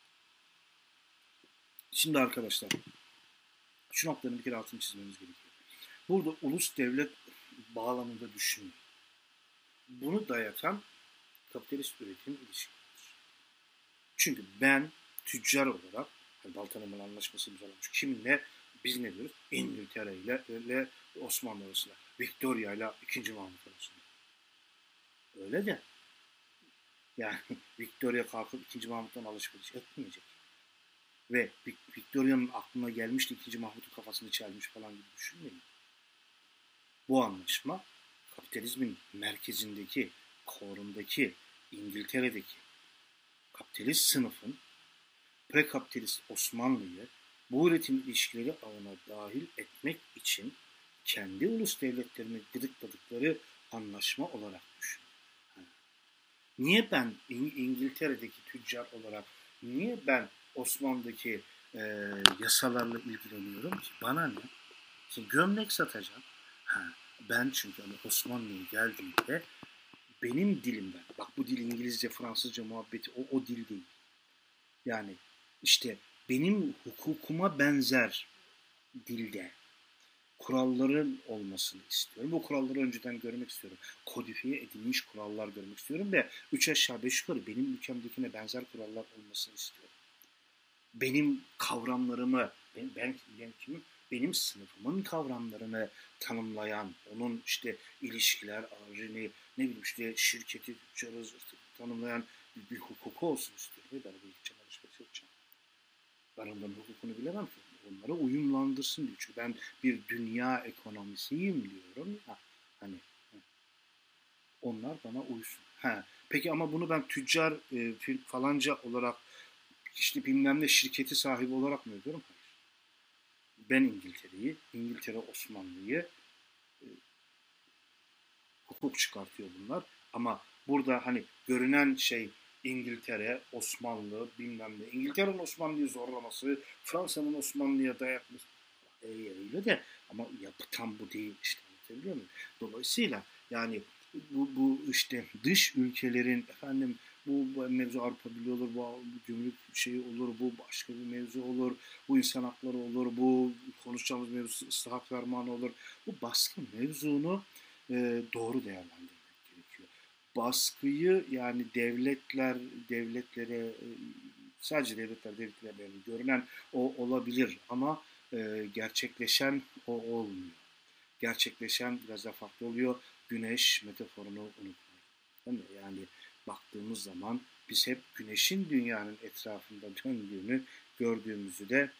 Şimdi arkadaşlar şu noktanın bir kere altını çizmemiz gerekiyor. Burada ulus devlet bağlamında düşünün. Bunu dayatan kapitalist üretim ilişkidir. Çünkü ben tüccar olarak Baltanamal Anlaşması imzalamış. Kiminle? Biz ne diyoruz? İngiltere ile Osmanlı arasında. Victoria ile 2. Mahmut arasında. Öyle de yani Victoria kalkıp 2. Mahmut'tan alışveriş etmeyecek. Ve Victoria'nın aklına gelmişti 2. Mahmut'un kafasını çelmiş falan gibi düşünmeyin. Bu anlaşma kapitalizmin merkezindeki, korundaki, İngiltere'deki kapitalist sınıfın prekapitalist Osmanlı'yı bu üretim ilişkileri ağına dahil etmek için kendi ulus devletlerini gıdıkladıkları anlaşma olarak düşün. Niye ben İngiltere'deki tüccar olarak, niye ben Osmanlı'daki yasalarla ilgileniyorum ki? Bana ne? Şimdi gömlek satacağım. Ben çünkü Osmanlı'ya geldiğimde benim dilimden, bak bu dil İngilizce, Fransızca muhabbeti o dil değil. Yani işte benim hukukuma benzer dilde kuralların olmasını istiyorum. Bu kuralları önceden görmek istiyorum. Kodifiye edilmiş kurallar görmek istiyorum ve 3 aşağı 5 yukarı benim ülkemdekine benzer kurallar olmasını istiyorum. Benim kavramlarımı, ben kimim? Benim sınıfımın kavramlarını tanımlayan, onun işte ilişkiler ağrını, ne bileyim işte şirketi, tüccarı tanımlayan bir hukuku olsun istiyorum. Ve ben bu gideceğim, alışveriş edeceğim. Ben onların hukukunu bilemem ki. Onlara uyumlandırsın diyor. Çünkü ben bir dünya ekonomisiyim diyorum. Hani onlar bana uysun. Peki ama bunu ben tüccar falanca olarak işte bilmem ne şirketi sahibi olarak mı yapıyorum? Hayır. Ben İngiltere'yi, İngiltere Osmanlı'yı hukuk çıkartıyor bunlar. Ama burada hani görünen şey İngiltere, Osmanlı bilmem ne. İngiltere'nin Osmanlı'yı zorlaması, Fransa'nın Osmanlı'ya dayatması. Öyle de ama yapı tam bu değil işte. Anlatabiliyor muyum? Dolayısıyla yani bu işte dış ülkelerin bu mevzu Avrupa Birliği olur, bu gümrük şeyi olur, bu başka bir mevzu olur, bu insan hakları olur, bu konuşacağımız mevzu ıslahat fermanı olur. Bu baskı mevzunu doğru değerlendirmek gerekiyor. Baskıyı yani devletlere sadece devletlere yani görünen o olabilir ama gerçekleşen o olmuyor. Gerçekleşen biraz daha farklı oluyor. Güneş metaforunu unutmayın. Değil mi? Yani baktığımız zaman biz hep güneşin dünyanın etrafında döndüğünü gördüğümüzü de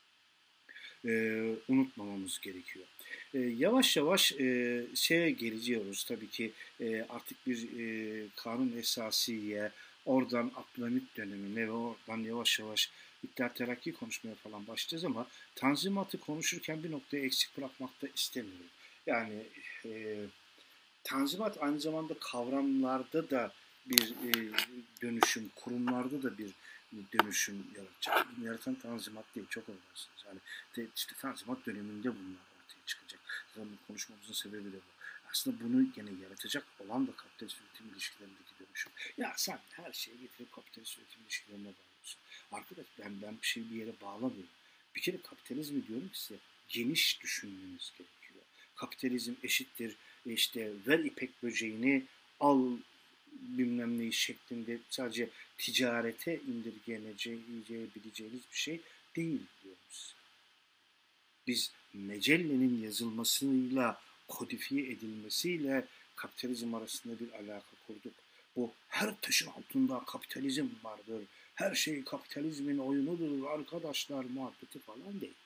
unutmamamız gerekiyor. Yavaş yavaş şeye geleceğiz. Tabii ki artık bir kanun esasiye, oradan Abdülhamit dönemine ve oradan yavaş yavaş İttihat Terakki konuşmaya falan başlayacağız ama Tanzimat'ı konuşurken bir noktayı eksik bırakmak da istemiyorum. Yani e, Tanzimat aynı zamanda kavramlarda da bir dönüşüm, kurumlarda da bir dönüşüm yaratacak. Yaratan Tanzimat değil, çok affedersiniz. Yani işte Tanzimat döneminde bunlar ortaya çıkacak. Zaten konuşmamızın sebebi de bu. Aslında bunu gene yaratacak olan da kapitalist üretim ilişkilerindeki dönüşüm. Ya sen her şeyi getirip kapitalist üretim ilişkilerine bağlıyorsun. Arkadaş ben bir şeyi bir yere bağlamıyorum. Bir kere kapitalizmi diyorum ki size geniş düşünmeniz gerekiyor. Kapitalizm eşittir işte ver ipek böceğini al bilmem neyi şeklinde sadece ticarete indirgenebileceğiniz bir şey değil diyoruz. Biz Mecelle'nin yazılmasıyla, kodifiye edilmesiyle kapitalizm arasında bir alaka kurduk. Bu her taşın altında kapitalizm vardır. Her şey kapitalizmin oyunudur arkadaşlar muhabbeti falan değil.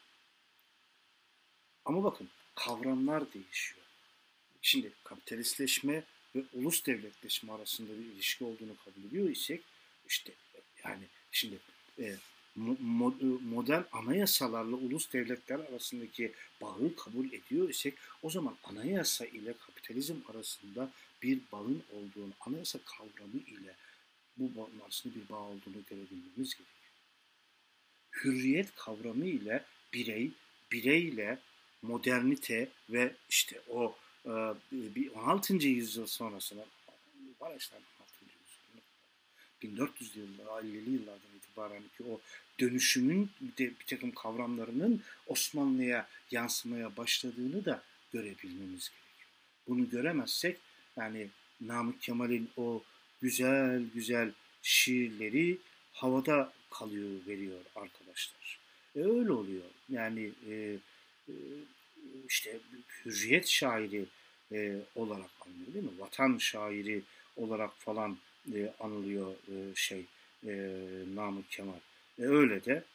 Ama bakın kavramlar değişiyor. Şimdi kapitalistleşme ve ulus devletleşme arasında bir ilişki olduğunu kabul ediyor isek işte yani şimdi e, modern anayasalarla ulus devletler arasındaki bağı kabul ediyor isek o zaman anayasa ile kapitalizm arasında bir bağın olduğunu, anayasa kavramı ile bu bağın arasında bir bağ olduğunu görebilmemiz gerekiyor. Hürriyet kavramı ile bireyle modernite ve işte o bir 16. yüzyıl sonrasına var işte 16. yüzyıl 1400'lü yıllar, 50'li yıllardan itibaren ki o dönüşümün bir takım kavramlarının Osmanlı'ya yansımaya başladığını da görebilmemiz gerekiyor. Bunu göremezsek yani Namık Kemal'in o güzel güzel şiirleri havada kalıyor veriyor arkadaşlar. Öyle oluyor. Yani e, işte hürriyet şairi olarak anılıyor değil mi? Vatan şairi olarak falan anılıyor Namık Kemal. Öyle de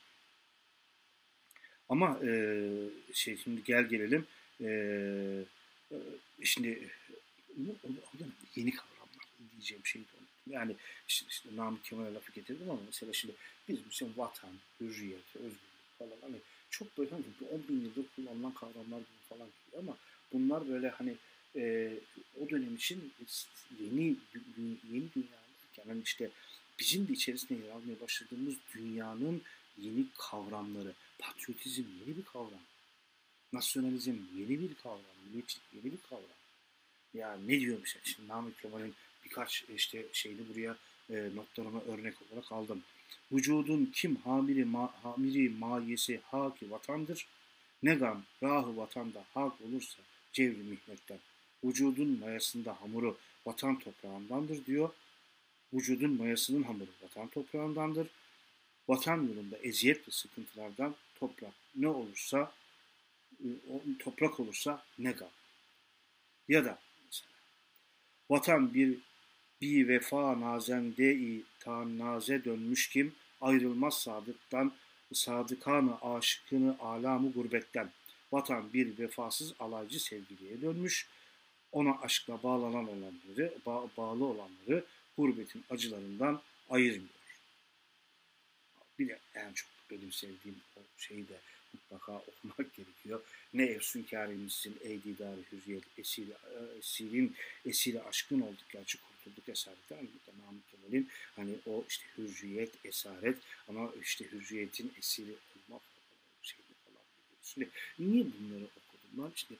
ama şimdi gelelim e, şimdi yeni kavramlar diyeceğim şeyi de unuttum. Yani işte Namık Kemal'e lafı getirdim ama mesela şimdi biz mesela vatan, hürriyet, özgürlük falan hani çok böyle hani 10 bin yıldır kullanılan kavramlar gibi falan geliyor ama bunlar böyle hani o dönem için yeni dünya yani işte bizim de içerisinde yer almaya başladığımız dünyanın yeni kavramları. Patriotizm yeni bir kavram. Nasyonalizm yeni bir kavram. Milliyetçilik yeni bir kavram. Ya ne diyor mesela şimdi Namık Kemal'in birkaç işte şeyini buraya notlarıma örnek olarak aldım. Vücudun kim hamiri mayesi haki vatandır. Ne gam rahı vatanda hak olursa cevri mihnetten. Vücudun mayasında hamuru vatan toprağındandır diyor. Vücudun mayasının hamuru vatan toprağındandır. Vatan yolunda eziyet ve sıkıntılardan toprak ne olursa toprak olursa ne gam. Ya da mesela vatan bir vefa nazende-i naze dönmüş kim ayrılmaz sadıktan sadıkanı aşıkını alamı gurbetten. Vatan bir vefasız alaycı sevgiliye dönmüş. Ona aşkla bağlı olanları gurbetin acılarından ayırmıyor. Bir de en çok benim sevdiğim o şeyi de mutlaka okumak gerekiyor. Ne efsunkârimizsin ey didar-ı hürriyet esiri aşkın olduk gerçi kurtulduk esaretten. Namık Kemal'in hani o işte hürriyet, esaret ama işte hürriyetin esiri olmak şeyini falan biliyoruz. Şimdi niye bunları okudum ben? İşte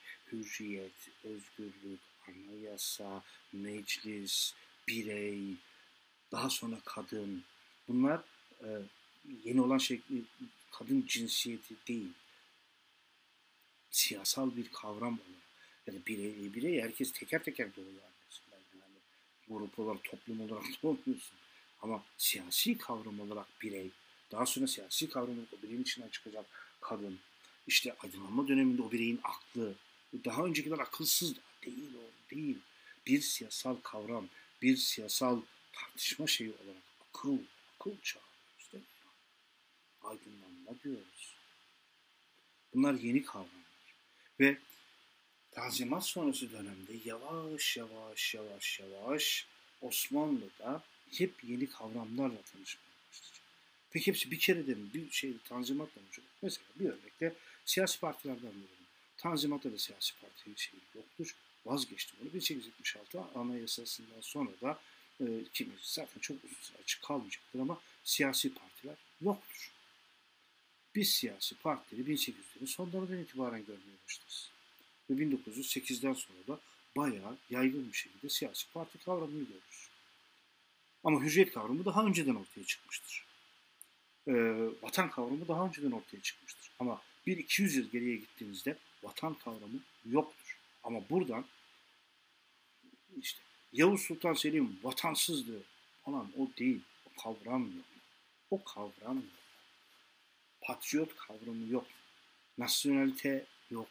hürriyet, özgürlük, anayasa, meclis, birey, daha sonra kadın. Bunlar yeni olan şekli kadın cinsiyeti değil. Siyasal bir kavram olarak. Yani birey herkes teker teker doğuyor annesinden. Yani grup olarak, toplum olarak doğmuyorsun. Ama siyasi kavram olarak birey, daha sonra siyasi kavram olarak o bireyin içinden çıkacak kadın, işte aydınlanma döneminde o bireyin aklı, daha öncekiler akılsız değil, o değil. Bir siyasal kavram, bir siyasal tartışma şeyi olarak akıl çağırıyoruz değil mi? Aydınlanma diyoruz. Bunlar yeni kavramlar. Ve Tanzimat sonrası dönemde yavaş Osmanlı'da hep yeni kavramlarla tanışmaya başlayacak. Peki hepsi bir kere de mi? Bir şey Tanzimat'la mı olacak? Mesela bir örnekte siyasi partilerden verelim. Tanzimat'ta da siyasi parti şeyi yoktur. Vazgeçti bunu. 1876 Anayasası'ndan sonra da ki zaten çok uzun süre açık kalmayacaktır ama siyasi partiler yoktur. Biz siyasi partileri 1800'lerin sonlarından itibaren görmeye başlarız. Ve 1908'den sonra da bayağı yaygın bir şekilde siyasi parti kavramını görürüz. Ama hürriyet kavramı daha önceden ortaya çıkmıştır. Vatan kavramı daha önceden ortaya çıkmıştır. Ama 1-200 yıl geriye gittiğinizde vatan kavramı yoktur. Ama buradan işte Yavuz Sultan Selim vatansızdı falan o değil. O kavram yok. O kavram yok. Patriot kavramı yok. Nasyonalite yok.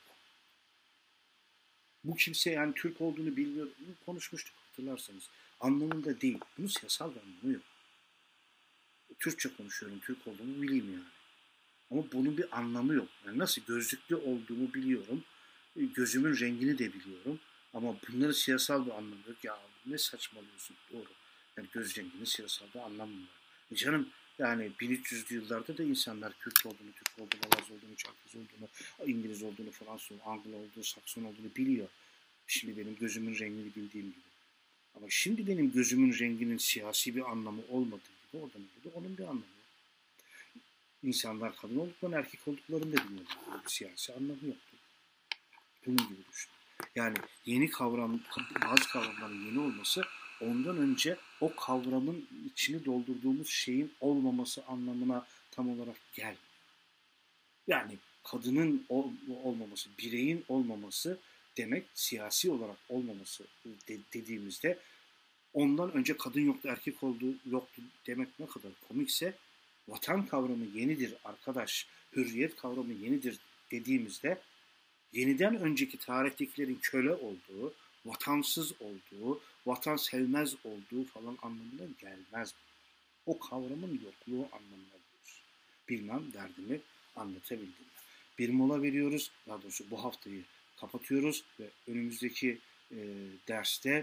Bu kimse yani Türk olduğunu bilmiyor. Bunu konuşmuştuk hatırlarsanız. Anlamında değil. Bunun siyasal bir anlamı yok. Türkçe konuşuyorum. Türk olduğumu bileyim yani. Ama bunun bir anlamı yok. Yani nasıl gözlüklü olduğumu biliyorum. Gözümün rengini de biliyorum. Ama bunların siyasal bir anlamı yok. Ya ne saçmalıyorsun? Doğru. Yani göz renginin siyasal bir anlamı var. Canım yani 1300'lü yıllarda da insanlar Kürt olduğunu, Türk olduğunu, Laz olduğunu, Çerkez olduğunu, İngiliz olduğunu, Fransız olduğunu, Anglo olduğunu, Sakson olduğunu biliyor. Şimdi benim gözümün rengini bildiğim gibi. Ama şimdi benim gözümün renginin siyasi bir anlamı olmadığı gibi oradan öyle onun bir anlamı yok. İnsanlar kadın olduklarını, erkek olduklarını da bilmiyorlar. Böyle bir siyasi anlamı yoktu. Bunun gibi düşün. Yani yeni kavram, bazı kavramların yeni olması ondan önce o kavramın içini doldurduğumuz şeyin olmaması anlamına tam olarak gelmiyor. Yani kadının olmaması, bireyin olmaması demek siyasi olarak olmaması dediğimizde ondan önce kadın yoktu, erkek yoktu demek ne kadar komikse vatan kavramı yenidir arkadaş, hürriyet kavramı yenidir dediğimizde yeniden önceki tarihtekilerin köle olduğu, vatansız olduğu, vatan sevmez olduğu falan anlamına gelmez. O kavramın yokluğu anlamına gelir. Bilmem derdimi anlatabildim. Bir mola veriyoruz. Daha doğrusu bu haftayı kapatıyoruz ve önümüzdeki derste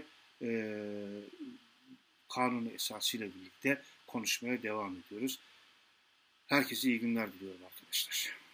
kanunu esasıyla birlikte konuşmaya devam ediyoruz. Herkese iyi günler diliyorum arkadaşlar.